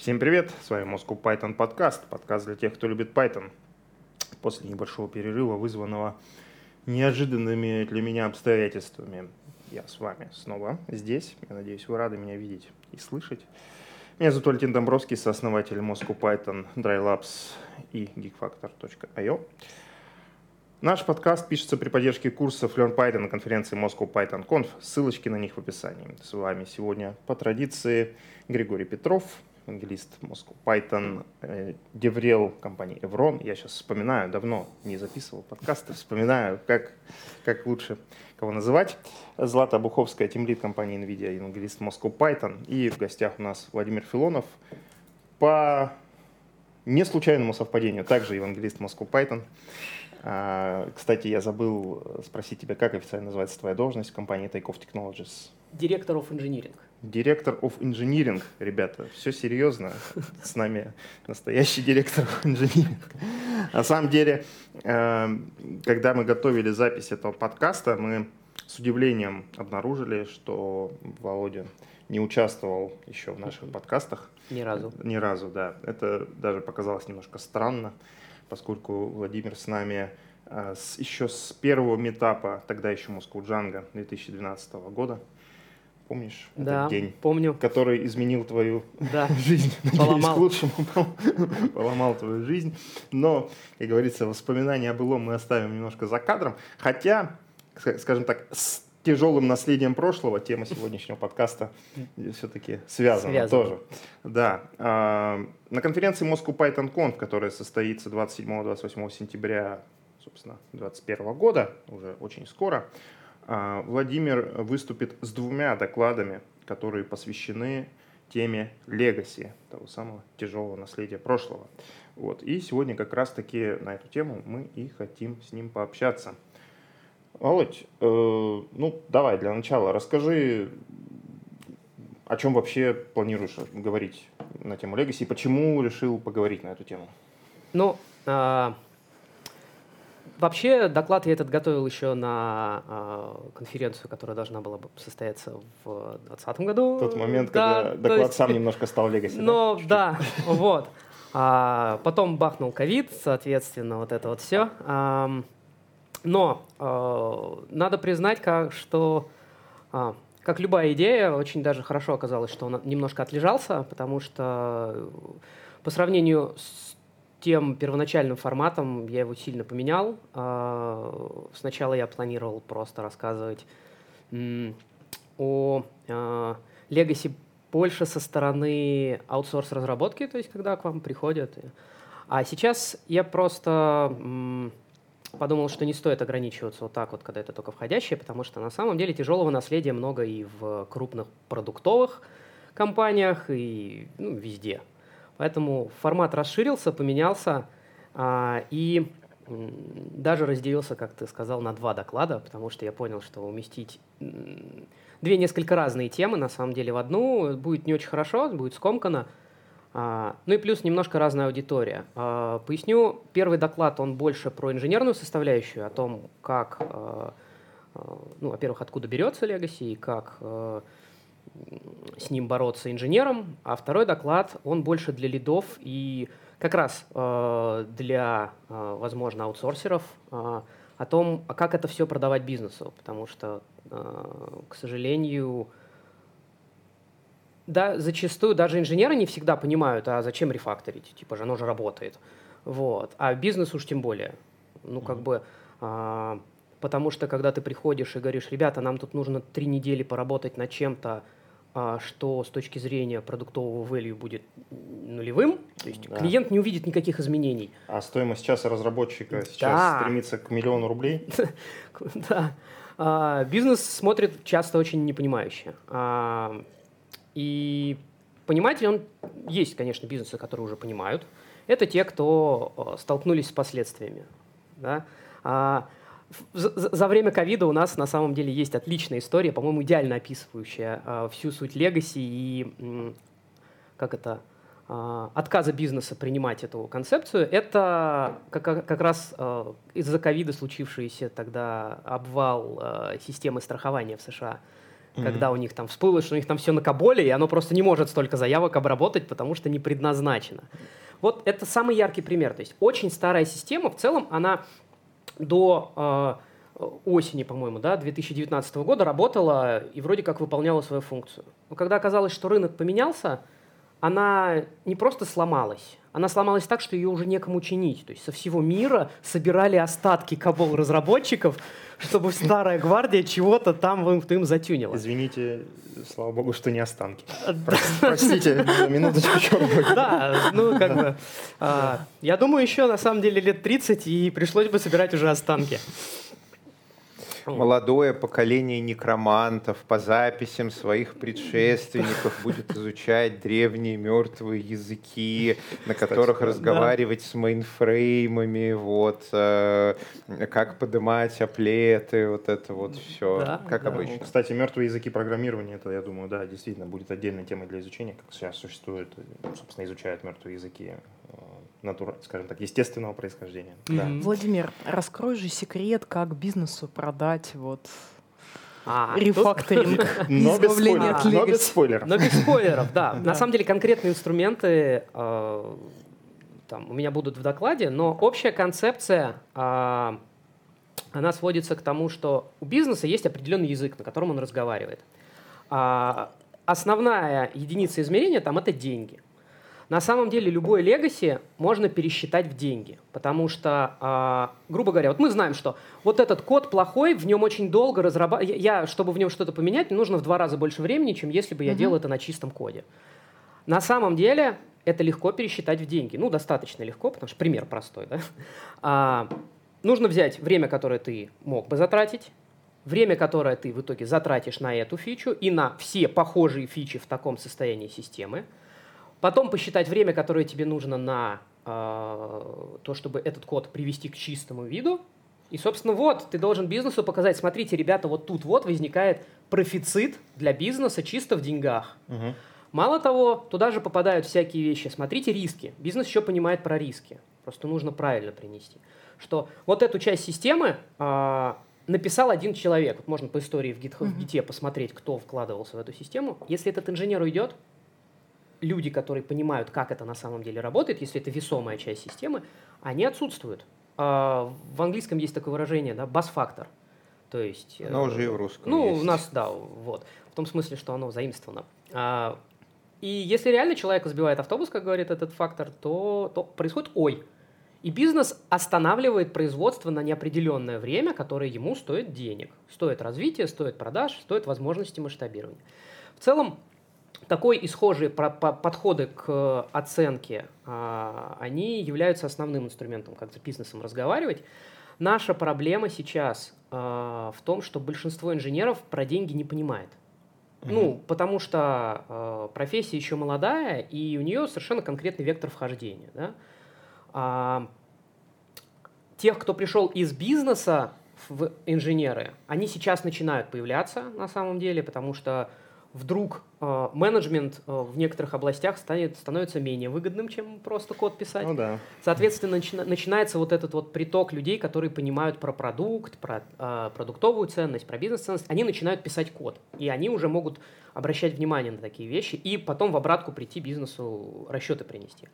Всем привет, с вами Moscow Python подкаст для тех, кто любит Python. После небольшого перерыва, вызванного неожиданными для меня обстоятельствами, я с вами снова здесь. Я надеюсь, вы рады меня видеть и слышать. Меня зовут Валентин Домбровский, сооснователь Moscow Python, Dry Labs и geekfactor.io. Наш подкаст пишется при поддержке курсов Learn Python на конференции Moscow Python Conf. Ссылочки на них в описании. С вами сегодня по традиции Григорий Петров, евангелист Moscow Python, деврел компании Evron. Я сейчас вспоминаю, давно не записывал подкасты, вспоминаю, как лучше кого называть. Злата Обуховская, тимлид компании NVIDIA, евангелист Moscow Python. И в гостях у нас Владимир Филонов, по неслучайному совпадению, также евангелист Moscow Python. Кстати, я забыл спросить тебя, как официально называется твоя должность в компании Takeoff Technologies? Директор of Engineering. Директор of Engineering, ребята, все серьезно. С нами настоящий директор of Engineering. На самом деле, когда мы готовили запись этого подкаста, мы с удивлением обнаружили, что Володя не участвовал еще в наших подкастах. Ни разу. Ни разу, да. Это даже показалось немножко странно, поскольку Владимир с нами еще с первого митапа, тогда еще Moscow Django 2012 года. Помнишь этот день? Помню. Который изменил твою жизнь. Поломал. К лучшему. Поломал твою жизнь. Но, как говорится, воспоминания о былом мы оставим немножко за кадром. Хотя, скажем так, с тяжелым наследием прошлого тема сегодняшнего подкаста все-таки связана тоже. Да. На конференции Moscow Python Conf, которая состоится 27-28 сентября, собственно, 2021 года, уже очень скоро, Владимир выступит с двумя докладами, которые посвящены теме Legacy, того самого тяжелого наследия прошлого. Вот. И сегодня как раз-таки на эту тему мы и хотим с ним пообщаться. Володь, давай для начала расскажи, о чем вообще планируешь говорить на тему Legacy и почему решил поговорить на эту тему? Вообще доклад я этот готовил еще на конференцию, которая должна была бы состояться в 2020 году. В тот момент, когда доклад сам немножко стал Legacy. Да, вот. Потом бахнул ковид, соответственно, вот это вот все. Но надо признать, что, как любая идея, очень даже хорошо оказалось, что он немножко отлежался, потому что по сравнению с тем первоначальным форматом я его сильно поменял. Сначала я планировал просто рассказывать о Legacy больше со стороны аутсорс-разработки, то есть когда к вам приходят. А сейчас я просто подумал, что не стоит ограничиваться вот так вот, когда это только входящее, потому что на самом деле тяжелого наследия много и в крупных продуктовых компаниях, и везде. Поэтому формат расширился, поменялся и даже разделился, как ты сказал, на два доклада, потому что я понял, что уместить две несколько разные темы на самом деле в одну будет не очень хорошо, будет скомкано. И плюс немножко разная аудитория. Поясню, первый доклад, он больше про инженерную составляющую, о том, как, во-первых, откуда берется Legacy и как с ним бороться инженерам, а второй доклад, он больше для лидов и как раз для, возможно, аутсорсеров, о том, как это все продавать бизнесу, потому что, к сожалению, да, зачастую даже инженеры не всегда понимают, а зачем рефакторить, типа же оно же работает, вот, а бизнес уж тем более, потому что когда ты приходишь и говоришь, ребята, нам тут нужно 3 недели поработать над чем-то, что с точки зрения продуктового value будет нулевым, то есть клиент не увидит никаких изменений. А стоимость часа разработчика сейчас стремится к 1 000 000 рублей? Да. Бизнес смотрит часто очень непонимающе. И пониматель, есть, конечно, бизнесы, которые уже понимают. Это те, кто столкнулись с последствиями. Да? За время ковида у нас на самом деле есть отличная история, по-моему, идеально описывающая всю суть Legacy и отказа бизнеса принимать эту концепцию. Это как раз из-за ковида случившийся тогда обвал системы страхования в США, когда у них там всплыло, что у них там все на Каболе, и оно просто не может столько заявок обработать, потому что не предназначено. Вот это самый яркий пример. То есть очень старая система, в целом она до осени, по-моему, 2019 года работала и вроде как выполняла свою функцию. Но когда оказалось, что рынок поменялся, она не просто сломалась, она сломалась так, что ее уже некому чинить. То есть со всего мира собирали остатки Кабол-разработчиков, чтобы старая гвардия чего-то там им затюнила. Извините, слава богу, что не останки. Простите, минуточку. Да, ну как бы. Я думаю, еще на самом деле лет 30, и пришлось бы собирать уже останки. Молодое поколение некромантов по записям своих предшественников будет изучать древние мертвые языки, на которых разговаривать с мейнфреймами, вот, как поднимать аплеты, вот это вот все, как обычно. Кстати, мертвые языки программирования, это, я думаю, да, действительно будет отдельной темой для изучения, как сейчас существует, собственно, изучают мертвые языки, скажем так, естественного происхождения. Да. Владимир, раскрой же секрет, как бизнесу продать вот рефакторинг, избавление от легаси. Но без спойлеров. Но без спойлеров, да. На самом деле конкретные инструменты там у меня будут в докладе, но общая концепция, она сводится к тому, что у бизнеса есть определенный язык, на котором он разговаривает. Основная единица измерения там — это деньги. На самом деле любой легаси можно пересчитать в деньги, потому что, грубо говоря, вот мы знаем, что вот этот код плохой, в нем очень долго разрабатывать, чтобы в нем что-то поменять, мне нужно в 2 раза больше времени, чем если бы я делал это на чистом коде. На самом деле это легко пересчитать в деньги, ну, достаточно легко, потому что пример простой, да? Нужно взять время, которое ты мог бы затратить, время, которое ты в итоге затратишь на эту фичу и на все похожие фичи в таком состоянии системы. Потом посчитать время, которое тебе нужно на то, чтобы этот код привести к чистому виду. И, собственно, вот, ты должен бизнесу показать, смотрите, ребята, вот тут вот возникает профицит для бизнеса чисто в деньгах. Мало того, туда же попадают всякие вещи. Смотрите риски. Бизнес еще понимает про риски. Просто нужно правильно принести. Что вот эту часть системы написал один человек. Вот можно по истории в Git посмотреть, кто вкладывался в эту систему. Если этот инженер уйдет, люди, которые понимают, как это на самом деле работает, если это весомая часть системы, они отсутствуют. В английском есть такое выражение, да, бас-фактор. То есть, оно уже и в русском есть. У нас, да, вот. В том смысле, что оно заимствовано. И если реально человека сбивает автобус, как говорит этот фактор, то происходит И бизнес останавливает производство на неопределенное время, которое ему стоит денег. Стоит развития, стоит продаж, стоит возможности масштабирования. В целом, такой и схожие подходы к оценке, они являются основным инструментом, как с бизнесом разговаривать. Наша проблема сейчас в том, что большинство инженеров про деньги не понимает. Ну, потому что профессия еще молодая, и у нее совершенно конкретный вектор вхождения. Да? Тех, кто пришел из бизнеса в инженеры, они сейчас начинают появляться на самом деле, потому что вдруг менеджмент в некоторых областях становится менее выгодным, чем просто код писать. Ну, да. Соответственно, начинается вот этот вот приток людей, которые понимают про продукт, про продуктовую ценность, про бизнес-ценность. Они начинают писать код, и они уже могут обращать внимание на такие вещи и потом в обратку прийти бизнесу расчеты принести.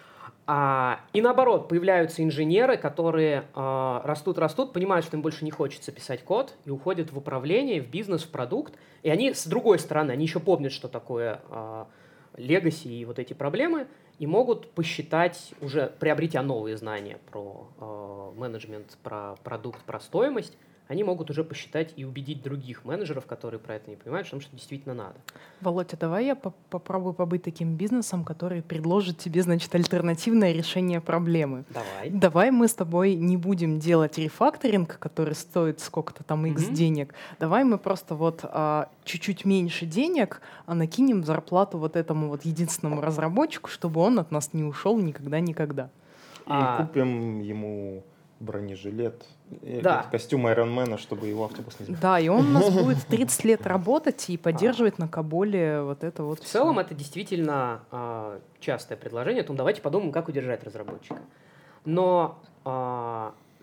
И наоборот, появляются инженеры, которые растут, понимают, что им больше не хочется писать код, и уходят в управление, в бизнес, в продукт. И они, с другой стороны, они еще помнят, что такое legacy и вот эти проблемы, и могут посчитать, уже приобретя новые знания про менеджмент, про продукт, про стоимость, они могут уже посчитать и убедить других менеджеров, которые про это не понимают, что это действительно надо. Володя, давай я попробую побыть таким бизнесом, который предложит тебе, значит, альтернативное решение проблемы. Давай мы с тобой не будем делать рефакторинг, который стоит сколько-то там X денег. Давай мы просто вот чуть-чуть меньше денег накинем в зарплату вот этому вот единственному разработчику, чтобы он от нас не ушел никогда-никогда. И купим ему бронежилет, костюм Айронмена, чтобы его автобус не сбил. Да, и он у нас будет 30 лет работать и поддерживать на Каболе вот это вот. В целом это действительно частое предложение. Давайте подумаем, как удержать разработчика. Но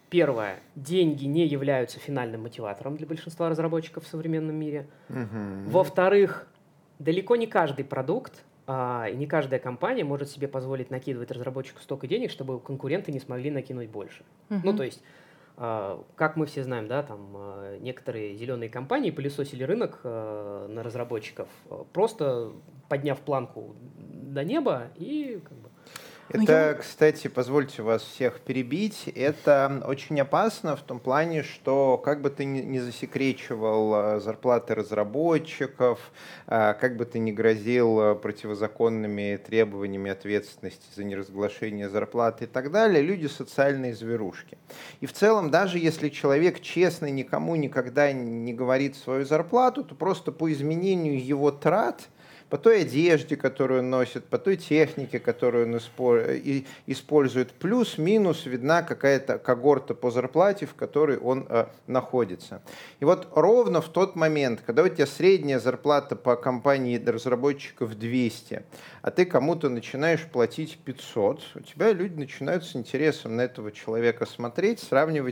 Первое. Деньги не являются финальным мотиватором для большинства разработчиков в современном мире. Во-вторых, далеко не каждый продукт и не каждая компания может себе позволить накидывать разработчику столько денег, чтобы конкуренты не смогли накинуть больше. Ну, то есть, как мы все знаем, да, там некоторые зеленые компании пылесосили рынок на разработчиков, просто подняв планку до неба и как бы... Это, кстати, позвольте вас всех перебить, это очень опасно в том плане, что как бы ты ни засекречивал зарплаты разработчиков, как бы ты ни грозил противозаконными требованиями ответственности за неразглашение зарплаты и так далее, люди социальные зверушки. И в целом, даже если человек честно никому никогда не говорит свою зарплату, то просто по изменению его трат, по той одежде, которую он носит, по той технике, которую он использует, плюс-минус видна какая-то когорта по зарплате, в которой он находится. И вот ровно в тот момент, когда у тебя средняя зарплата по компании разработчиков 200, а ты кому-то начинаешь платить 500, у тебя люди начинают с интересом на этого человека смотреть, сравнивать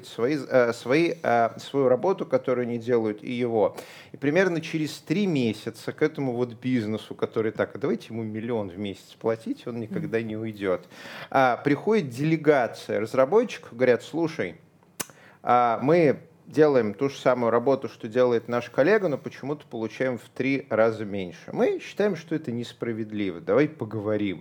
свою работу, которую они делают, и его. И примерно через 3 месяца к этому вот бизнесу, который так, а давайте ему 1 миллион в месяц платить, он никогда не уйдет. Приходит делегация разработчиков, говорят, слушай, мы делаем ту же самую работу, что делает наш коллега, но почему-то получаем в 3 раза меньше. Мы считаем, что это несправедливо, давай поговорим.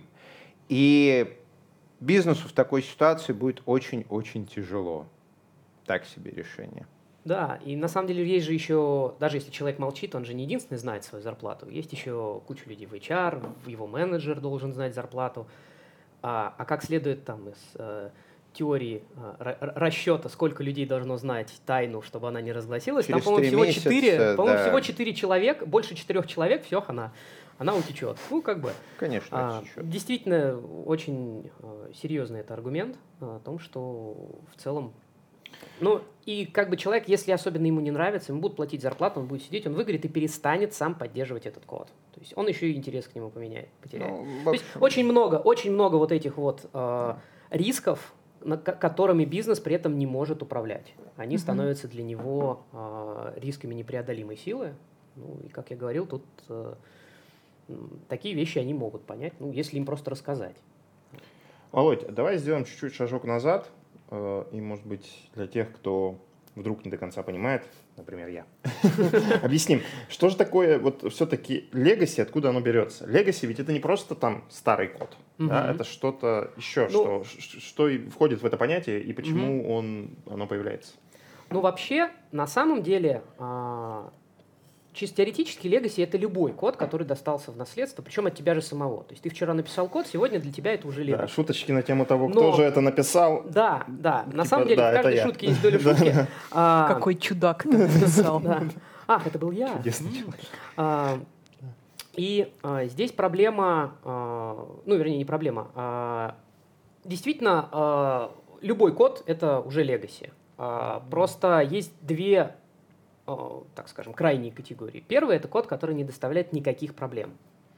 И бизнесу в такой ситуации будет очень-очень тяжело. Так себе решение. Да, и на самом деле есть же еще, даже если человек молчит, он же не единственный знает свою зарплату. Есть еще куча людей в HR, его менеджер должен знать зарплату. А как следует там из теории расчета, сколько людей должно знать тайну, чтобы она не разгласилась, Через там, по-моему, всего 4 человек, больше 4 человек, все, она утечет. Ну, как бы. Конечно, утечет. Действительно, очень серьезный это аргумент о том, что в целом. Ну, и как бы человек, если особенно ему не нравится, ему будут платить зарплату, он будет сидеть, он выгорит и перестанет сам поддерживать этот код. То есть он еще и интерес к нему потеряет. То есть очень много вот этих вот рисков, которыми бизнес при этом не может управлять. Они становятся для него рисками непреодолимой силы. Ну, и, как я говорил, тут такие вещи они могут понять, ну, если им просто рассказать. Володь, давай сделаем чуть-чуть шажок назад. И, может быть, для тех, кто вдруг не до конца понимает, например, я, объясним, что же такое вот все-таки legacy, откуда оно берется. Legacy ведь это не просто там старый код, да, это что-то еще, что входит в это понятие и почему оно появляется. Ну, вообще, на самом деле, чисто теоретически legacy — это любой код, который достался в наследство, причем от тебя же самого. То есть ты вчера написал код, сегодня для тебя это уже legacy. Да, шуточки на тему того, кто же это написал. Да, на самом деле в каждой шутке есть доля шутки. Какой чудак это написал. Ах, это был я. Чудесный человек. И здесь проблема, ну, вернее, не проблема. Действительно, любой код — это уже legacy. Просто есть 2, так скажем, крайние категории. Первый — это код, который не доставляет никаких проблем.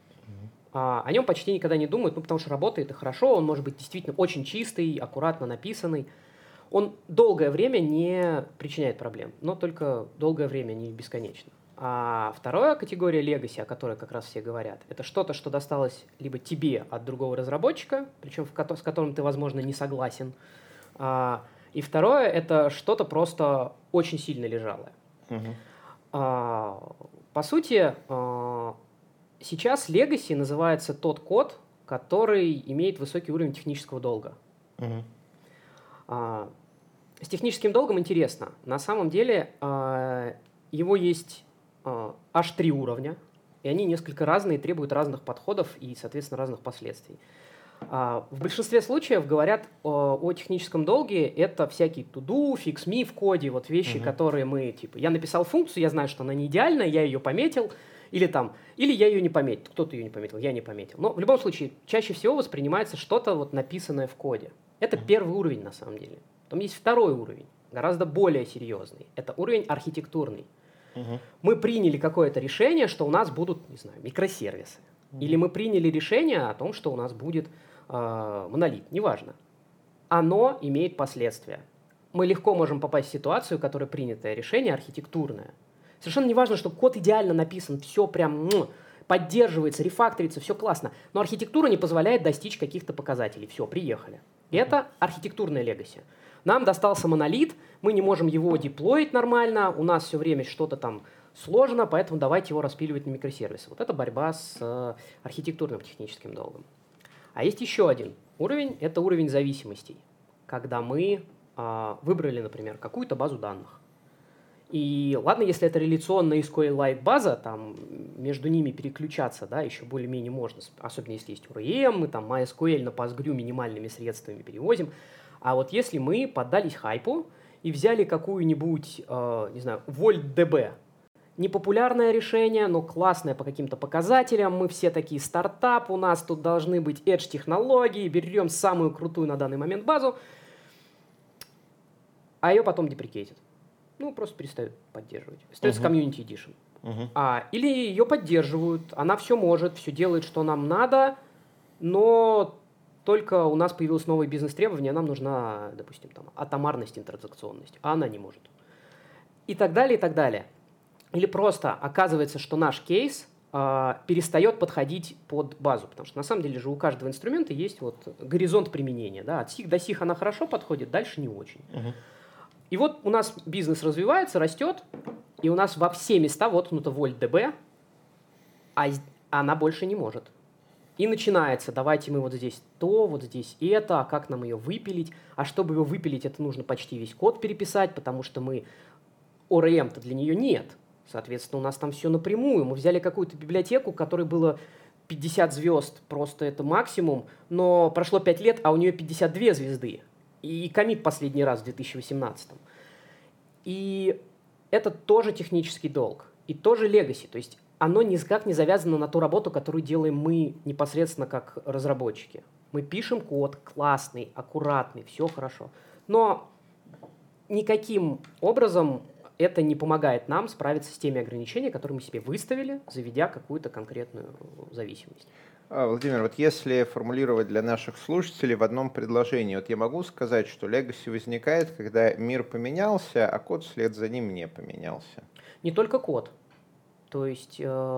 О нем почти никогда не думают, ну, потому что работает и хорошо, он может быть действительно очень чистый, аккуратно написанный. Он долгое время не причиняет проблем, но только долгое время, не бесконечно. А вторая категория legacy, о которой как раз все говорят, это что-то, что досталось либо тебе от другого разработчика, причем с которым ты, возможно, не согласен. И второе — это что-то просто очень сильно лежалое. По сути, сейчас legacy называется тот код, который имеет высокий уровень технического долга. С техническим долгом интересно. На самом деле его есть аж 3 уровня, и они несколько разные, требуют разных подходов и, соответственно, разных последствий. В большинстве случаев говорят о техническом долге, это всякие to-do, fix-me в коде, вот вещи, которые мы, типа, я написал функцию, я знаю, что она не идеальная, я ее пометил, или я ее не пометил, кто-то ее не пометил, я не пометил. Но в любом случае, чаще всего воспринимается что-то вот написанное в коде. Это первый уровень на самом деле. Потом есть второй уровень, гораздо более серьезный. Это уровень архитектурный. Мы приняли какое-то решение, что у нас будут, не знаю, микросервисы. Или мы приняли решение о том, что у нас будет монолит, неважно. Оно имеет последствия. мы легко можем попасть в ситуацию, которая принятое решение архитектурное. Совершенно не важно, что код идеально написан, все прям поддерживается, рефакторится, все классно. Но архитектура не позволяет достичь каких-то показателей. Все, приехали. И это архитектурная легаси. Нам достался монолит, мы не можем его деплоить нормально, у нас все время что-то там сложно, поэтому давайте его распиливать на микросервисы. Вот это борьба с архитектурным техническим долгом. А есть еще один уровень, это уровень зависимостей. Когда мы выбрали, например, какую-то базу данных. И ладно, если это реляционная SQLite база, там между ними переключаться, да, еще более-менее можно, особенно если есть URM, мы там MySQL на Postgre минимальными средствами перевозим. А вот если мы поддались хайпу и взяли какую-нибудь, не знаю, VoltDB, непопулярное решение, но классное по каким-то показателям, мы все такие стартап, у нас тут должны быть edge-технологии, берем самую крутую на данный момент базу, а ее потом деприкейтят. Ну, просто перестают поддерживать. Остается Community Edition. Или ее поддерживают, она все может, все делает, что нам надо, но только у нас появилось новое бизнес-требование, нам нужна, допустим, там, атомарность, интертранзакционность, а она не может. И так далее, и так далее. Или просто оказывается, что наш кейс перестает подходить под базу, потому что на самом деле же у каждого инструмента есть вот горизонт применения. Да? От сих до сих она хорошо подходит, дальше не очень. И вот у нас бизнес развивается, растет, и у нас во все места воткнута VoltDB, а она больше не может. И начинается, давайте мы вот здесь то, вот здесь это, а как нам ее выпилить? А чтобы ее выпилить, это нужно почти весь код переписать, потому что мы ORM-то для нее нет. Соответственно, у нас там все напрямую. Мы взяли какую-то библиотеку, которой было 50 звезд, просто это максимум, но прошло 5 лет, а у нее 52 звезды. И коммит последний раз в 2018. И это тоже технический долг. И тоже легаси. То есть оно никак не завязано на ту работу, которую делаем мы непосредственно как разработчики. Мы пишем код классный, аккуратный, все хорошо. Но никаким образом это не помогает нам справиться с теми ограничениями, которые мы себе выставили, заведя какую-то конкретную зависимость. Владимир, вот если формулировать для наших слушателей в одном предложении, вот я могу сказать, что legacy возникает, когда мир поменялся, а код вслед за ним не поменялся? Не только код. То есть,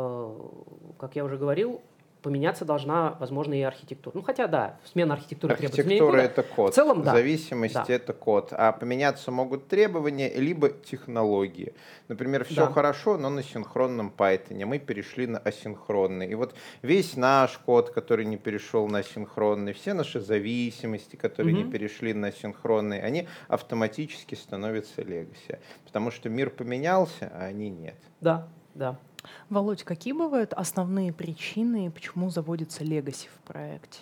как я уже говорил, поменяться должна, возможно, и архитектура. Ну, хотя, да, смена архитектуры требует смены кода. Архитектура — это код. В целом, да. Зависимость — это код. А поменяться могут требования либо технологии. Например, все хорошо, но на синхронном Python. Мы перешли на асинхронный. И вот весь наш код, который не перешел на асинхронный, все наши зависимости, которые не перешли на асинхронный, они автоматически становятся legacy. Потому что мир поменялся, а они нет. Да, да. Володь, какие бывают основные причины, почему заводится legacy в проекте?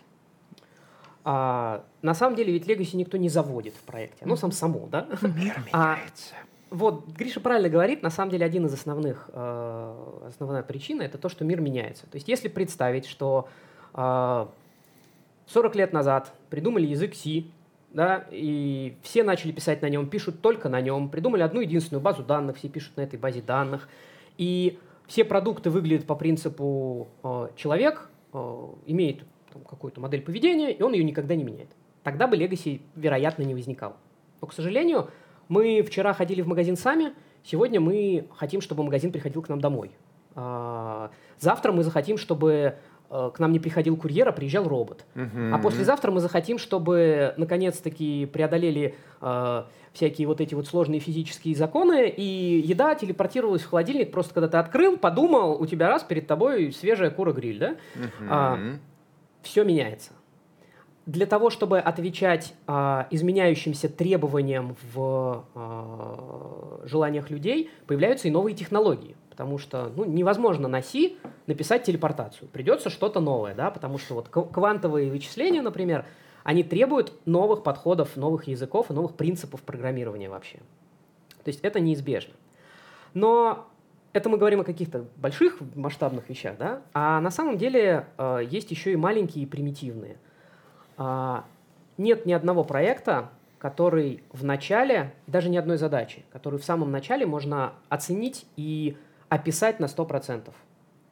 На самом деле ведь legacy никто не заводит в проекте. Оно само, да? Мир меняется. Вот Гриша правильно говорит, на самом деле один из основная причина — это то, что мир меняется. То есть если представить, что 40 лет назад придумали язык C, да, и все начали писать на нем, пишут только на нем, придумали одну единственную базу данных, все пишут на этой базе данных, и все продукты выглядят по принципу человек имеет какую-то модель поведения, и он ее никогда не меняет. Тогда бы legacy, вероятно, не возникал. Но, к сожалению, мы вчера ходили в магазин сами, сегодня мы хотим, чтобы магазин приходил к нам домой. Завтра мы захотим, чтобы к нам не приходил курьер, а приезжал робот. А послезавтра мы захотим, чтобы наконец-таки преодолели всякие вот эти вот сложные физические законы, и еда телепортировалась в холодильник, просто когда ты открыл, подумал, у тебя раз перед тобой свежая кура-гриль, да? Все меняется. Для того, чтобы отвечать изменяющимся требованиям в желаниях людей, появляются и новые технологии. Потому что невозможно на C написать телепортацию. Придется что-то новое, да? Потому что вот квантовые вычисления, например, они требуют новых подходов, новых языков и новых принципов программирования вообще. То есть это неизбежно. Но это мы говорим о каких-то больших масштабных вещах, да? А на самом деле есть еще и маленькие и примитивные. Нет ни одного проекта, который в начале, даже ни одной задачи, который в самом начале можно оценить и описать на 100%.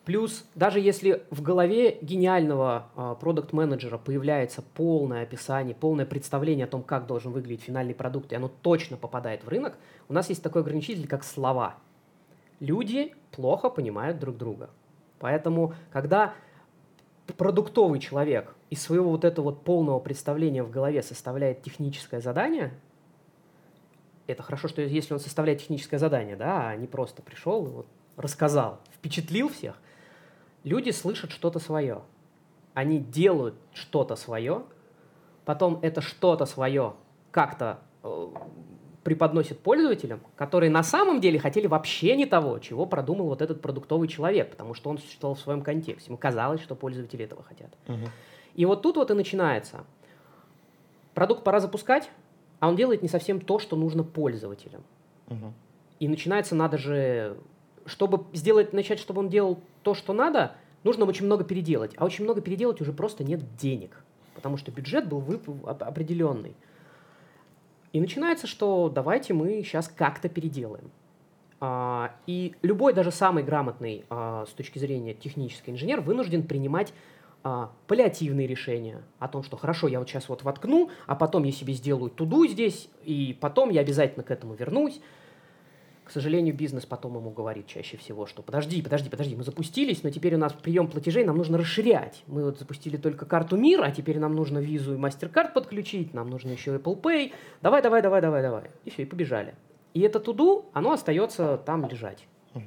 Плюс, даже если в голове гениального продакт-менеджера появляется полное описание, полное представление о том, как должен выглядеть финальный продукт, и оно точно попадает в рынок, у нас есть такой ограничитель, как слова. Люди плохо понимают друг друга. Поэтому, когда продуктовый человек из своего вот этого вот полного представления в голове составляет техническое задание, это хорошо, что если он составляет техническое задание, да, а не просто пришел и вот рассказал, впечатлил всех, люди слышат что-то свое. Они делают что-то свое, потом это что-то свое как-то преподносят пользователям, которые на самом деле хотели вообще не того, чего продумал вот этот продуктовый человек, потому что он существовал в своем контексте. Ему казалось, что пользователи этого хотят. И вот тут вот и начинается. Продукт пора запускать, а он делает не совсем то, что нужно пользователям. И начинается, надо же, чтобы начать, чтобы он делал то, что надо, нужно очень много переделать. А очень много переделать уже просто нет денег, потому что бюджет был определенный. И начинается, что давайте мы сейчас как-то переделаем. И любой, даже самый грамотный с точки зрения технический инженер вынужден принимать паллиативные решения о том, что хорошо, я вот сейчас вот воткну, а потом я себе сделаю туду здесь, и потом я обязательно к этому вернусь. К сожалению, бизнес потом ему говорит чаще всего, что подожди, мы запустились, но теперь у нас прием платежей нам нужно расширять. Мы вот запустили только карту МИР, а теперь нам нужно визу и MasterCard подключить, нам нужно еще Apple Pay. Давай. И все, и побежали. И это туду, оно остается там лежать.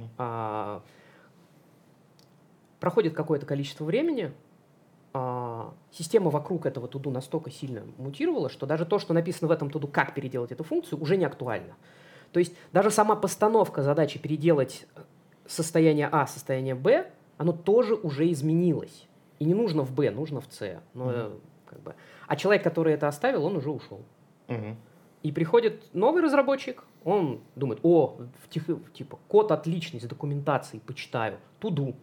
Проходит какое-то количество времени, система вокруг этого туду настолько сильно мутировала, что даже то, что написано в этом туду, как переделать эту функцию, уже не актуально. То есть даже сама постановка задачи переделать состояние А, состояние Б, оно тоже уже изменилось. И не нужно в Б, нужно в С. Но, А человек, который это оставил, он уже ушел. И приходит новый разработчик, он думает, типа, код отличный, с документацией почитаю, туду.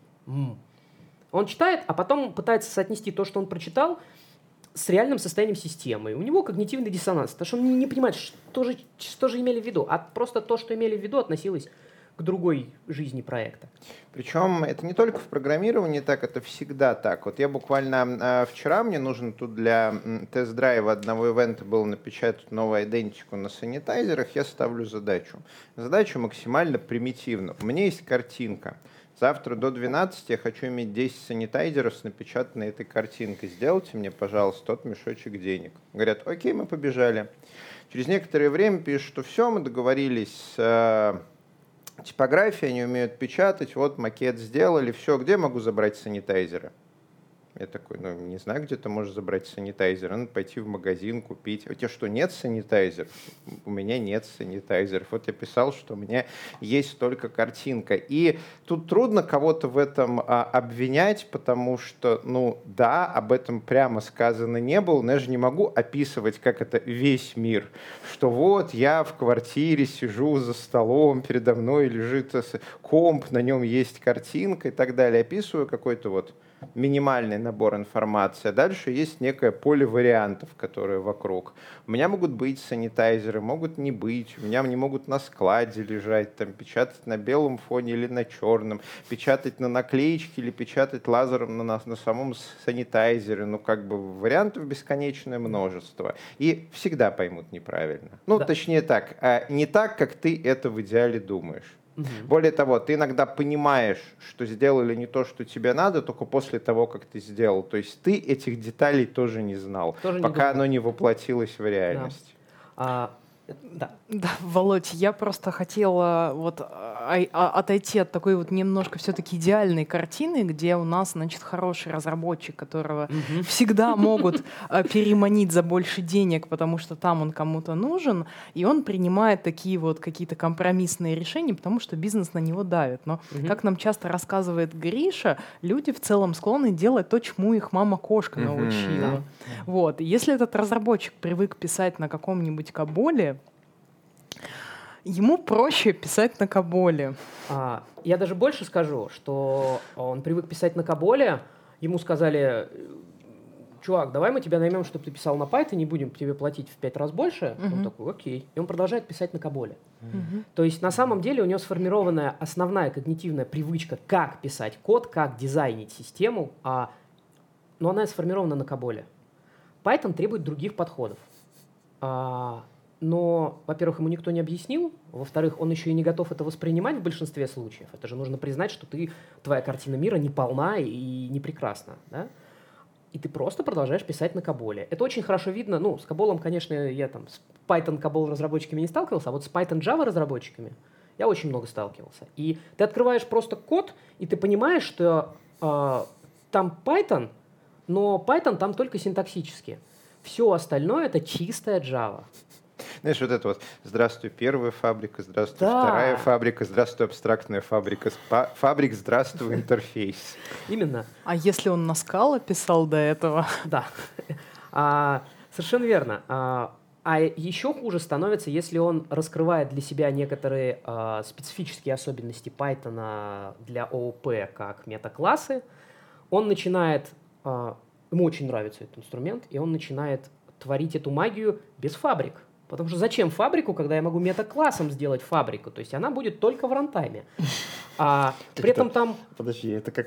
Он читает, а потом пытается соотнести то, что он прочитал, с реальным состоянием системы. У него когнитивный диссонанс, потому что он не понимает, что же имели в виду, а просто то, что имели в виду, относилось к другой жизни проекта. Причем это не только в программировании так, это всегда так. Вот я буквально вчера, мне нужно тут для тест-драйва одного ивента было напечатать новую идентику на санитайзерах, я ставлю задачу. Задача максимально примитивна. У меня есть картинка. Завтра до 12 я хочу иметь 10 санитайзеров с напечатанной этой картинкой. Сделайте мне, пожалуйста, тот мешочек денег. Говорят, окей, мы побежали. Через некоторое время пишут, что все, мы договорились с типографией, они умеют печатать, вот макет сделали, все, где могу забрать санитайзеры? Я такой, не знаю, где ты можешь забрать санитайзер. Надо пойти в магазин, купить. У тебя что, нет санитайзеров? У меня нет санитайзеров. Вот я писал, что у меня есть только картинка. И тут трудно кого-то в этом обвинять, потому что, да, об этом прямо сказано не было, но я же не могу описывать, как это весь мир. Что вот я в квартире сижу за столом, передо мной лежит комп, на нем есть картинка и так далее. Описываю какой-то вот минимальный набор информации, а дальше есть некое поле вариантов, которые вокруг. У меня могут быть санитайзеры, могут не быть, у меня они могут на складе лежать, там, печатать на белом фоне или на черном, печатать на наклеечке или печатать лазером на самом санитайзере. Вариантов бесконечное множество. И всегда поймут неправильно. Да. Точнее так, не так, как ты это в идеале думаешь. Более того, ты иногда понимаешь, что сделали не то, что тебе надо, только после того, как ты сделал. То есть ты этих деталей тоже не знал, пока оно не воплотилось в реальность. Да, Володь, я просто хотела отойти от такой вот немножко все-таки идеальной картины, где у нас, хороший разработчик, которого всегда могут переманить за больше денег, потому что там он кому-то нужен, и он принимает такие вот какие-то компромиссные решения, потому что бизнес на него давит. Но, как нам часто рассказывает Гриша, люди в целом склонны делать то, чему их мама-кошка научила. Вот. Если этот разработчик привык писать на каком-нибудь Каболе, ему проще писать на Каболе. Я даже больше скажу, что он привык писать на Каболе, ему сказали, чувак, давай мы тебя наймем, чтобы ты писал на Python, не будем тебе платить в 5 раз больше. Он такой, окей. И он продолжает писать на Каболе. То есть на самом деле у него сформированная основная когнитивная привычка, как писать код, как дизайнить систему, но она сформирована на Каболе. Python требует других подходов. Но, во-первых, ему никто не объяснил, во-вторых, он еще и не готов это воспринимать в большинстве случаев. Это же нужно признать, что твоя картина мира не полна и не прекрасна. Да? И ты просто продолжаешь писать на Каболе. Это очень хорошо видно. Ну, с Каболом, конечно, я там с Python Кабол разработчиками не сталкивался, а вот с Python Java разработчиками я очень много сталкивался. И ты открываешь просто код, и ты понимаешь, что там Python, но Python там только синтаксически. Все остальное — это чистая Java. Знаешь, вот это вот «Здравствуй, первая фабрика», «Здравствуй, вторая фабрика», «Здравствуй, абстрактная фабрика», «Фабрик», «Здравствуй, интерфейс». Именно. А если он на Scala писал до этого? Да, совершенно верно. А еще хуже становится, если он раскрывает для себя некоторые специфические особенности Python для ООП как метаклассы. Он начинает, ему очень нравится этот инструмент, и он начинает творить эту магию без фабрик. Потому что зачем фабрику, когда я могу метаклассом сделать фабрику? То есть она будет только в рантайме. При этом там... Подожди, это как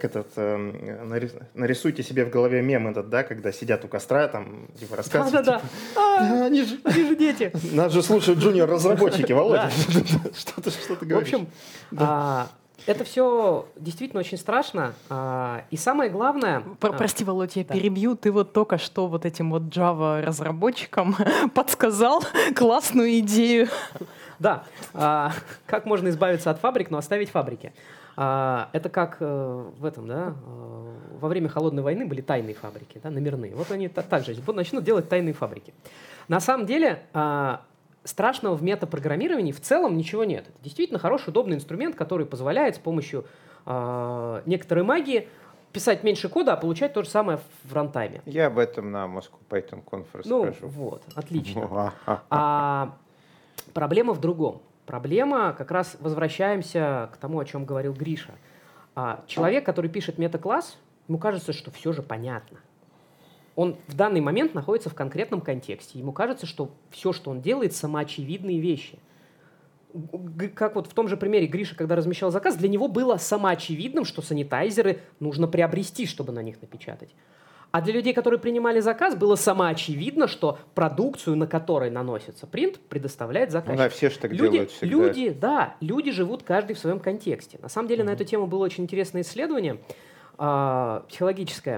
нарисуйте себе в голове мем этот, да, когда сидят у костра, там, типа, рассказывают. Да-да-да. Они же дети. Нас же слушают джуниор-разработчики, Володя. Что ты говоришь? В общем, это все действительно очень страшно. И самое главное... Прости, Володь, я перебью. Ты вот только что вот этим вот Java-разработчикам подсказал классную идею. Да. Как можно избавиться от фабрик, но оставить фабрики? Это как в этом, да, во время Холодной войны были тайные фабрики, да, номерные. Вот они так же начнут делать тайные фабрики. На самом деле... Страшного в метапрограммировании в целом ничего нет. Это действительно хороший, удобный инструмент, который позволяет с помощью некоторой магии писать меньше кода, а получать то же самое в рантайме. Я об этом на Moscow Python Conf расскажу. Вот, отлично. Проблема в другом. Проблема, как раз возвращаемся к тому, о чем говорил Гриша. Человек, который пишет метакласс, ему кажется, что все же понятно. Он в данный момент находится в конкретном контексте. Ему кажется, что все, что он делает, самоочевидные вещи. Как вот в том же примере Гриша, когда размещал заказ, для него было самоочевидным, что санитайзеры нужно приобрести, чтобы на них напечатать. А для людей, которые принимали заказ, было самоочевидно, что продукцию, на которой наносится принт, предоставляет заказчик. Да, все же так делают всегда. Люди живут каждый в своем контексте. На самом деле на эту тему было очень интересное исследование психологическое.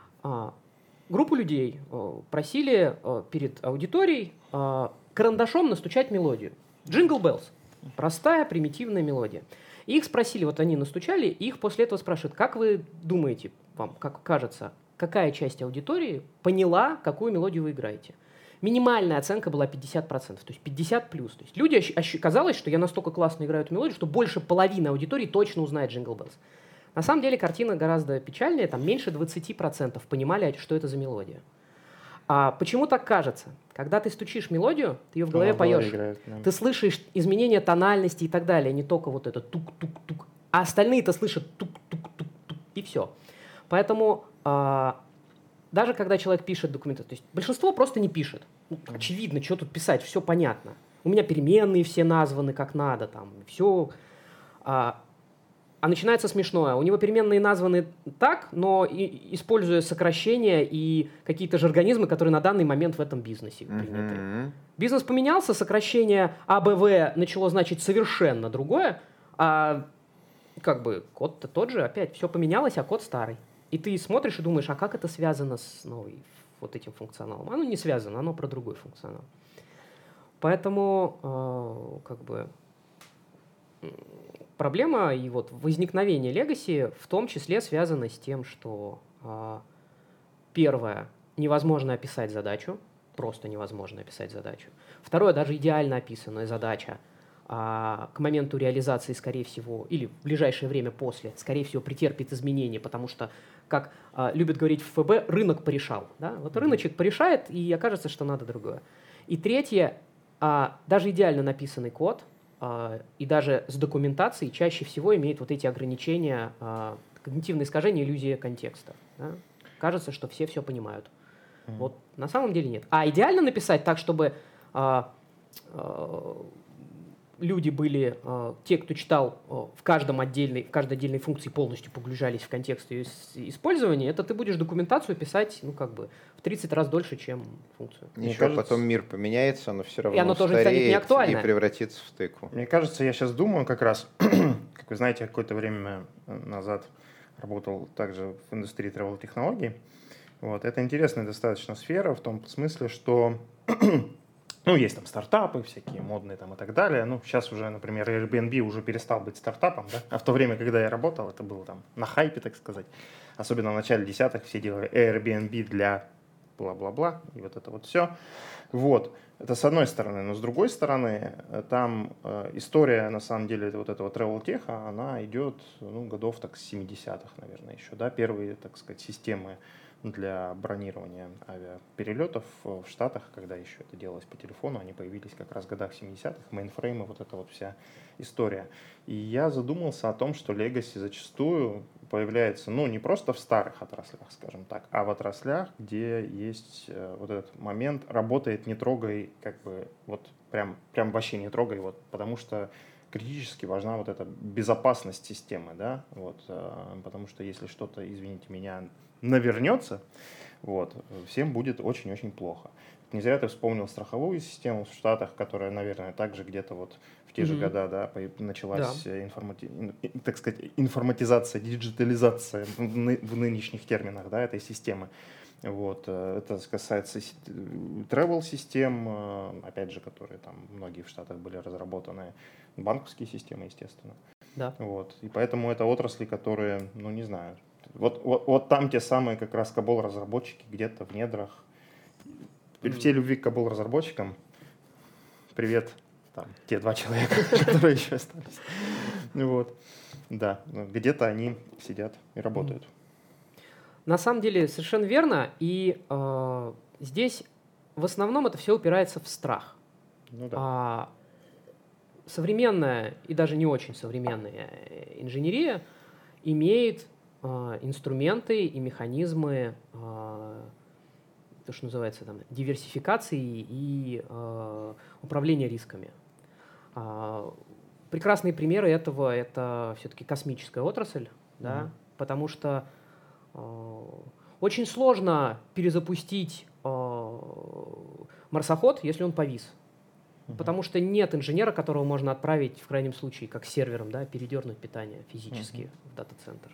Группу людей просили перед аудиторией карандашом настучать мелодию. Jingle Bells. Простая, примитивная мелодия. И их спросили, вот они настучали, и их после этого спрашивают, как вы думаете, вам как кажется, какая часть аудитории поняла, какую мелодию вы играете? Минимальная оценка была 50%, то есть 50+. То есть люди казалось, что я настолько классно играю эту мелодию, что больше половины аудитории точно узнает Jingle Bells. На самом деле картина гораздо печальнее, там меньше 20% понимали, что это за мелодия. Почему так кажется? Когда ты стучишь мелодию, ты ее в голове поешь, ты слышишь изменения тональности и так далее, не только вот это тук-тук-тук, а остальные-то слышат тук-тук-тук-тук, и все. Поэтому даже когда человек пишет документы, то есть большинство просто не пишет. Очевидно, что тут писать, все понятно. У меня переменные все названы как надо, там, все... А начинается смешное. У него переменные названы так, но используя сокращения и какие-то жаргонизмы, которые на данный момент в этом бизнесе приняты. Бизнес поменялся, сокращение АБВ начало значить совершенно другое, а как бы код-то тот же, опять все поменялось, а код старый. И ты смотришь и думаешь, а как это связано с новым вот этим функционалом? Оно не связано, оно про другой функционал. Поэтому как бы... Проблема и вот возникновение Legacy в том числе связано с тем, что первое, невозможно описать задачу, просто невозможно описать задачу. Второе, даже идеально описанная задача к моменту реализации, скорее всего, или в ближайшее время после, скорее всего, претерпит изменения, потому что, как любят говорить в ФБ, рынок порешал. Да? Вот рыночек порешает, и окажется, что надо другое. И третье, даже идеально написанный код, и даже с документацией чаще всего имеет вот эти ограничения, когнитивные искажения, иллюзия контекста. Да? Кажется, что все понимают. Вот на самом деле нет. А идеально написать так, чтобы люди были, те, кто читал в каждой отдельной функции полностью погружались в контекст ее использования, это ты будешь документацию писать, в 30 раз дольше, чем функцию. Мне кажется, потом мир поменяется, но все равно и оно тоже станет неактуально. И превратится в тыкву. Мне кажется, я сейчас думаю как раз, как вы знаете, какое-то время назад работал также в индустрии travel-технологий. Вот. Это интересная достаточно сфера в том смысле, что есть там стартапы всякие модные там и так далее. Сейчас уже, например, Airbnb уже перестал быть стартапом, да? А в то время, когда я работал, это было там на хайпе, так сказать. Особенно в начале десятых все делали Airbnb для бла-бла-бла, и вот это вот все. Вот. Это с одной стороны. Но с другой стороны, там история, на самом деле, вот этого travel-теха, она идет, годов так с 70-х, наверное, еще, да? Первые, так сказать, системы для бронирования авиаперелетов в Штатах, когда еще это делалось по телефону, они появились как раз в годах 70-х, мейнфреймы, вот эта вот вся история. И я задумался о том, что legacy зачастую появляется, не просто в старых отраслях, скажем так, а в отраслях, где есть вот этот момент, работает не трогай, прям вообще не трогай, потому что критически важна вот эта безопасность системы, да, потому что если что-то, извините меня, навернется, всем будет очень-очень плохо. Не зря ты вспомнил страховую систему в Штатах, которая, наверное, также где-то в те же года, да, началась, так сказать, информатизация, диджитализация в нынешних терминах, да, этой системы. Это касается travel-систем, опять же, которые там многие в Штатах были разработаны, банковские системы, естественно. Да. И поэтому это отрасли, которые, не знаю, вот там те самые как раз COBOL-разработчики где-то в недрах. В те любви к COBOL-разработчикам привет, там, те 2 человека, которые еще остались. Да, где-то они сидят и работают. На самом деле совершенно верно, и здесь в основном это все упирается в страх. Современная и даже не очень современная инженерия имеет инструменты и механизмы, то, что называется диверсификации и управления рисками. Прекрасные примеры этого — это все-таки космическая отрасль, да, потому что очень сложно перезапустить марсоход, если он повис. Потому что нет инженера, которого можно отправить, в крайнем случае, как сервером, да, передернуть питание физически в дата-центр.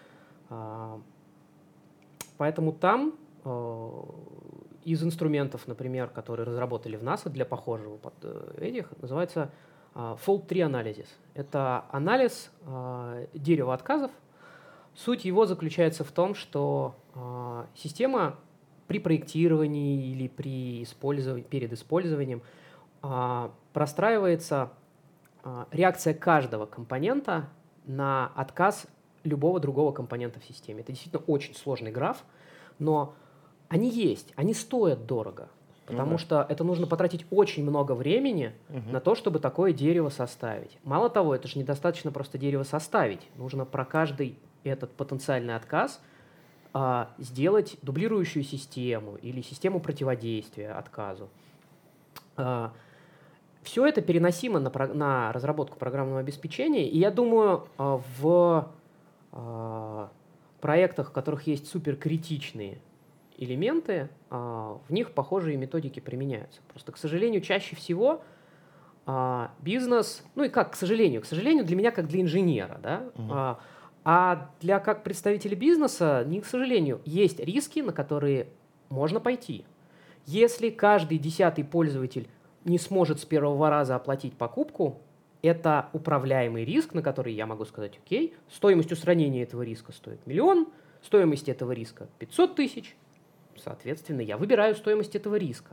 Поэтому там из инструментов, например, которые разработали в НАСА для похожего называется Fault-Tree Analysis. Это анализ дерева отказов. Суть его заключается в том, что система при проектировании или перед использованием простраивается реакция каждого компонента на отказ любого другого компонента в системе. Это действительно очень сложный граф, но они есть, они стоят дорого, потому что это нужно потратить очень много времени на то, чтобы такое дерево составить. Мало того, это же недостаточно просто дерево составить. Нужно про каждый этот потенциальный отказ сделать дублирующую систему или систему противодействия отказу. Все это переносимо на разработку программного обеспечения, и я думаю, в проектах, в которых есть суперкритичные элементы, в них похожие методики применяются. Просто, к сожалению, чаще всего бизнес, к сожалению для меня, как для инженера, да, а для как представителя бизнеса, не к сожалению, есть риски, на которые можно пойти. Если каждый 10-й пользователь не сможет с первого раза оплатить покупку, это управляемый риск, на который я могу сказать: окей, стоимость устранения этого риска стоит 1 миллион, стоимость этого риска 500 тысяч, соответственно, я выбираю стоимость этого риска.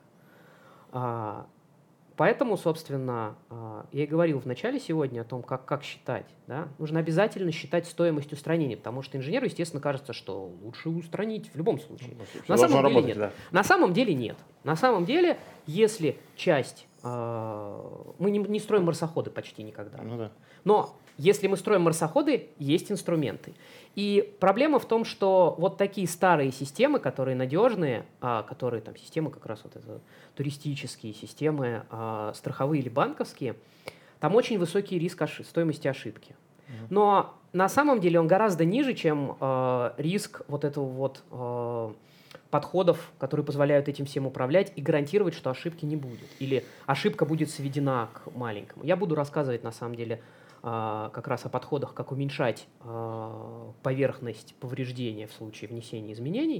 Поэтому, собственно, я и говорил в начале сегодня о том, как считать. Да? Нужно обязательно считать стоимость устранения, потому что инженеру, естественно, кажется, что лучше устранить в любом случае. На самом деле нет. На самом деле нет. На самом деле, если часть Мы не строим марсоходы почти никогда. Ну да. Но если мы строим марсоходы, есть инструменты. И проблема в том, что вот такие старые системы, которые надежные, которые там системы как раз вот это туристические системы, страховые или банковские, там очень высокий риск стоимости ошибки. Но на самом деле он гораздо ниже, чем риск вот этого вот подходов, которые позволяют этим всем управлять и гарантировать, что ошибки не будет. Или ошибка будет сведена к маленькому. Я буду рассказывать на самом деле как раз о подходах, как уменьшать поверхность повреждения в случае внесения изменений.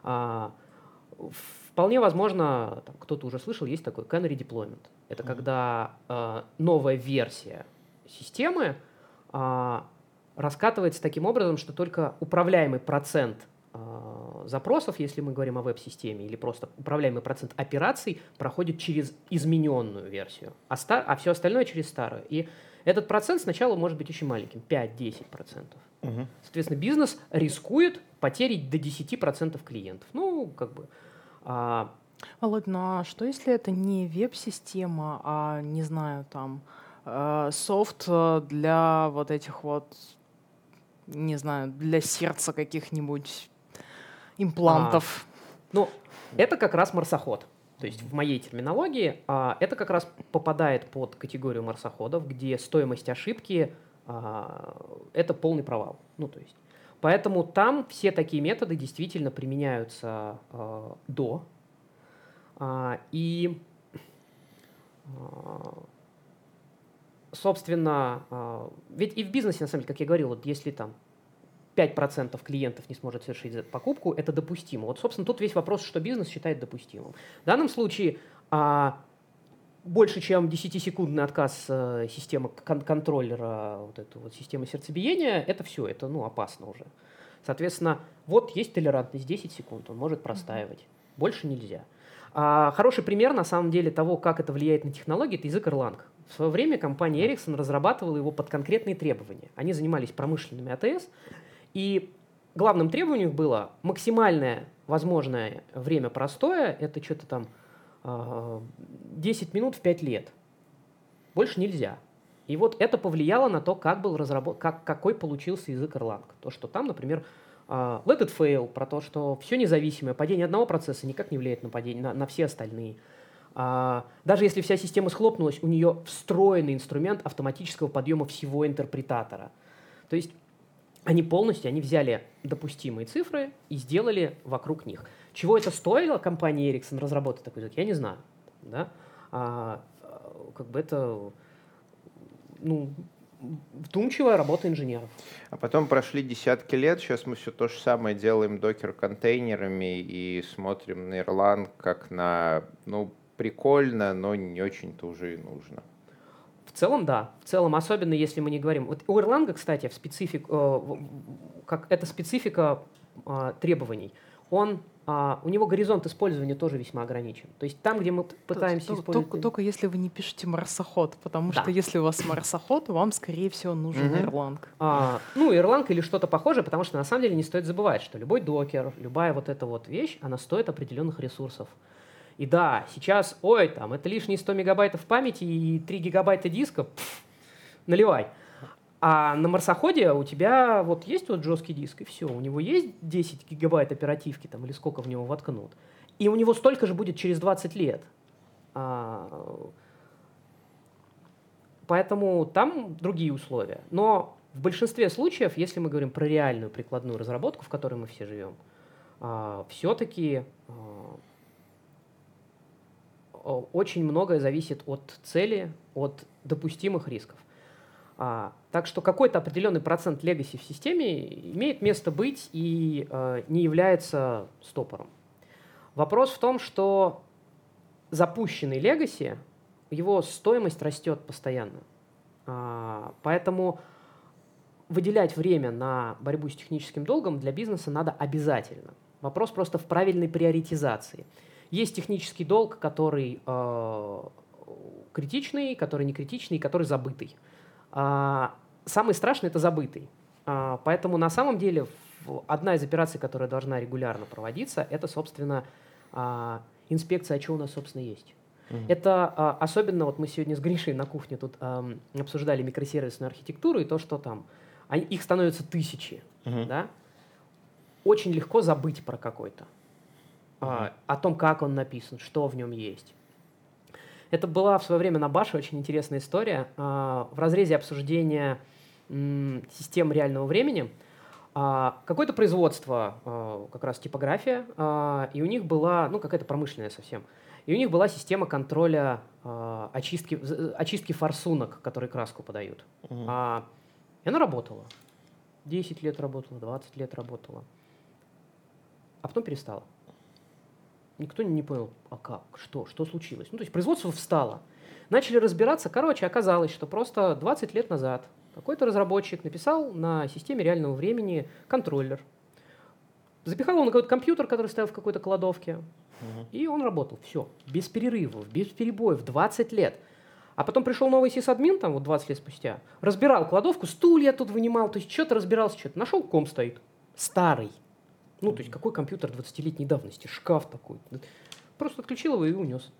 Вполне возможно, там, кто-то уже слышал, есть такой canary deployment. Это когда новая версия системы раскатывается таким образом, что только управляемый процент запросов, если мы говорим о веб-системе, или просто управляемый процент операций проходит через измененную версию, а все остальное через старую. И этот процент сначала может быть очень маленьким, 5-10%. Соответственно, бизнес рискует потерять до 10% клиентов. Ну, как бы... Володь, ну а что если это не веб-система, а, не знаю, там, софт для вот этих вот, не знаю, для сердца каких-нибудь имплантов? Ну, это как раз марсоход. То есть в моей терминологии это как раз попадает под категорию марсоходов, где стоимость ошибки это полный провал. Ну, то есть, поэтому там все такие методы действительно применяются до. И, собственно, ведь и в бизнесе, на самом деле, как я говорил, вот если там 5% клиентов не сможет совершить покупку, это допустимо. Вот, собственно, тут весь вопрос, что бизнес считает допустимым. В данном случае больше, чем 10-секундный отказ системы контроллера, вот этой вот системы сердцебиения, это все, это опасно уже. Соответственно, вот есть толерантность 10 секунд, он может простаивать. Больше нельзя. Хороший пример, на самом деле, того, как это влияет на технологии, это язык Erlang. В свое время компания Ericsson разрабатывала его под конкретные требования. Они занимались промышленными АТС, и главным требованием было максимальное возможное время простоя, это что-то там 10 минут в 5 лет. Больше нельзя. И вот это повлияло на то, как был какой получился язык Erlang. То, что там, например, let it fail, про то, что все независимое, падение одного процесса никак не влияет на все остальные. Даже если вся система схлопнулась, у нее встроенный инструмент автоматического подъема всего интерпретатора. То есть они взяли допустимые цифры и сделали вокруг них. Чего это стоило компании Ericsson разработать такой язык, я не знаю. Да? Как бы это вдумчивая работа инженеров. А потом прошли десятки лет, сейчас мы все то же самое делаем докер-контейнерами и смотрим на Erlang как на, прикольно, но не очень-то уже и нужно. В целом, да. В целом, особенно если мы не говорим... Вот у Erlang, кстати, это специфика требований. У него горизонт использования тоже весьма ограничен. То есть там, где мы пытаемся использовать... Только если вы не пишете марсоход, потому что если у вас марсоход, вам, скорее всего, нужен Erlang. Erlang или что-то похожее, потому что на самом деле не стоит забывать, что любой докер, любая вот эта вот вещь, она стоит определенных ресурсов. И да, сейчас, это лишние 100 мегабайтов памяти и 3 гигабайта диска, наливай. А на марсоходе у тебя вот есть вот жесткий диск, и все. У него есть 10 гигабайт оперативки там, или сколько в него воткнут. И у него столько же будет через 20 лет. Поэтому там другие условия. Но в большинстве случаев, если мы говорим про реальную прикладную разработку, в которой мы все живем, все-таки очень многое зависит от цели, от допустимых рисков. Так что какой-то определенный процент легаси в системе имеет место быть и не является стопором. Вопрос в том, что запущенный легаси, его стоимость растет постоянно. Поэтому выделять время на борьбу с техническим долгом для бизнеса надо обязательно. Вопрос просто в правильной приоритизации. Есть технический долг, который критичный, который не критичный, который забытый. Самый страшный – это забытый. Поэтому на самом деле одна из операций, которая должна регулярно проводиться, это, собственно, инспекция, а что у нас, собственно, есть. Это особенно, вот мы сегодня с Гришей на кухне тут обсуждали микросервисную архитектуру и то, что там их становятся тысячи, да? Очень легко забыть про какой-то, о том, как он написан, что в нем есть. Это была в свое время на Баше очень интересная история. В разрезе обсуждения систем реального времени какое-то производство, как раз типография, и у них была, какая-то промышленная совсем, и у них была система контроля очистки форсунок, которые краску подают. И она работала. 10 лет работала, 20 лет работала. А потом перестала. Никто не понял, а как, что случилось. То есть производство встало. Начали разбираться, оказалось, что просто 20 лет назад какой-то разработчик написал на системе реального времени контроллер. Запихал его на какой-то компьютер, который стоял в какой-то кладовке, и он работал. Все, без перерывов, без перебоев, 20 лет. А потом пришел новый сисадмин, 20 лет спустя, разбирал кладовку, стулья тут вынимал, то есть что-то разбирался, нашел, комп стоит. Старый. То есть какой компьютер 20-летней давности, шкаф такой. Просто отключил его и унес.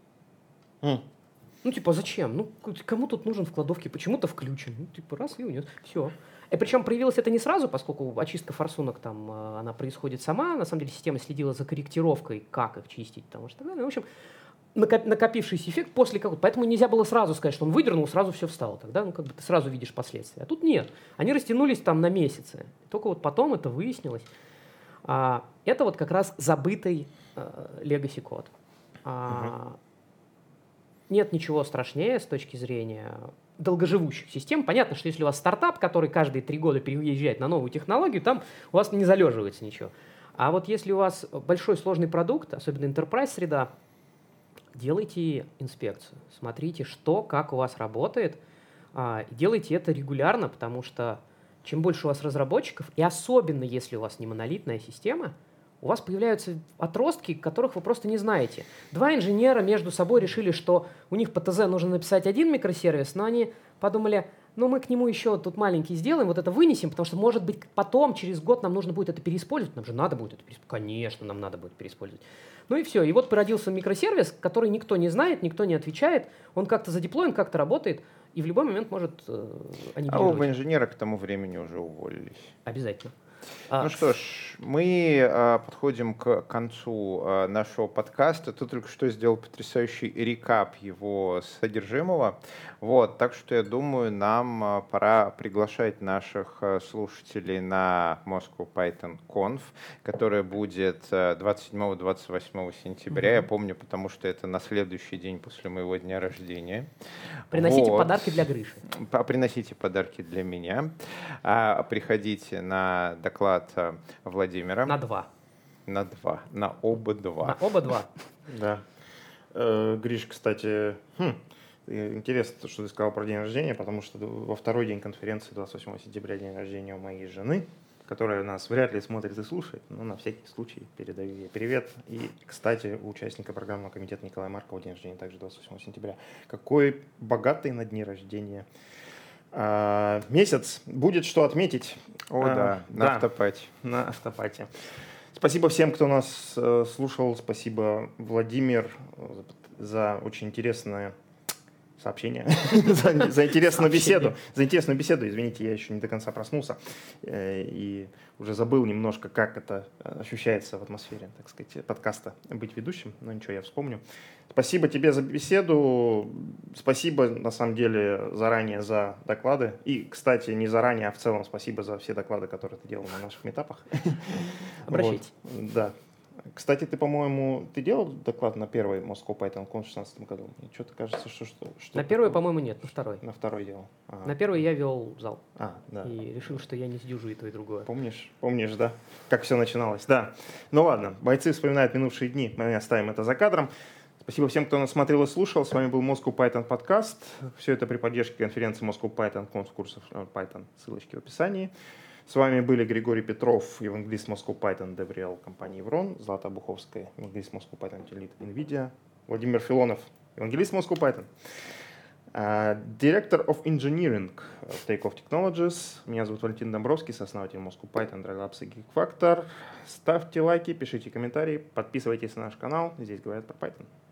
Зачем? Кому тут нужен в кладовке? Почему-то включен. Раз и унес. Все. И причем проявилось это не сразу, поскольку очистка форсунок там, она происходит сама. На самом деле система следила за корректировкой, как их чистить. В общем, накопившийся эффект после какого-то. Поэтому нельзя было сразу сказать, что он выдернул, сразу все встало. Тогда ты сразу видишь последствия. А тут нет. Они растянулись там на месяцы. Только потом это выяснилось. Это как раз забытый legacy код. Нет ничего страшнее с точки зрения долгоживущих систем. Понятно, что если у вас стартап, который каждые 3 года переезжает на новую технологию, там у вас не залеживается ничего. А вот если у вас большой сложный продукт, особенно enterprise среда, делайте инспекцию, смотрите, что, как у вас работает, и делайте это регулярно, потому что чем больше у вас разработчиков, и особенно если у вас не монолитная система, у вас появляются отростки, которых вы просто не знаете. 2 инженера между собой решили, что у них по ТЗ нужно написать один микросервис, но они подумали, мы к нему еще тут маленький сделаем, вот это вынесем, потому что, может быть, потом, через год нам нужно будет это переиспользовать. Нам же надо будет это переиспользовать. Конечно, нам надо будет переиспользовать. И все. И вот породился микросервис, который никто не знает, никто не отвечает, он как-то задеплоен, как-то работает, и в любой момент может аннигилировать. А оба инженера к тому времени уже уволились. Обязательно. Что ж, мы подходим к концу нашего подкаста. Ты только что сделал потрясающий рекап его содержимого. Так что я думаю, нам пора приглашать наших слушателей на Moscow Python Conf, которая будет 27-28 сентября. Я помню, потому что это на следующий день после моего дня рождения. Приносите подарки для Гриши. Приносите подарки для меня. Приходите на доклад Владимира. На 2. На оба 2. На оба 2. Да. Гриш, кстати, интересно, что ты сказал про день рождения, потому что во второй день конференции, 28 сентября, день рождения у моей жены, которая нас вряд ли смотрит и слушает, но на всякий случай передаю ей привет. И, кстати, у участника программного комитета Николая Маркова день рождения также 28 сентября. Какой богатый на дни рождения месяц. Будет что отметить. На автопате. На автопате. Спасибо всем, кто нас слушал. Спасибо, Владимир, за очень интересное сообщение, за интересную беседу. За интересную беседу. Извините, я еще не до конца проснулся и уже забыл немножко, как это ощущается в атмосфере, так сказать, подкаста быть ведущим. Но ничего, я вспомню. Спасибо тебе за беседу. Спасибо, на самом деле, заранее за доклады. И, кстати, не заранее, а в целом спасибо за все доклады, которые ты делал на наших митапах. Обращайтесь. Да. Кстати, ты, по-моему, делал доклад на первый Moscow Python Conf в 2016 году? Мне что-то кажется, что на первый, по-моему, нет, на второй. На второй делал. На первый я вел зал. Да. И решил, что я не сдюжу и то, и другое. Помнишь, да? Как все начиналось, да. Ну ладно, бойцы вспоминают минувшие дни. Мы оставим это за кадром. Спасибо всем, кто нас смотрел и слушал. С вами был Moscow Python подкаст. Все это при поддержке конференции Moscow Python Conf курсов Python. Ссылочки в описании. С вами были Григорий Петров, евангелист Moscow Python DevRel компании Еврон, Злата Буховская, евангелист Moscow Python Lead NVIDIA, Владимир Филонов, евангелист Moscow Python, Director of Engineering Takeoff Technologies. Меня зовут Валентин Домбровский, сооснователь Moscow Python, Dry Labs и GeekFactor. Ставьте лайки, пишите комментарии, подписывайтесь на наш канал. Здесь говорят про Python.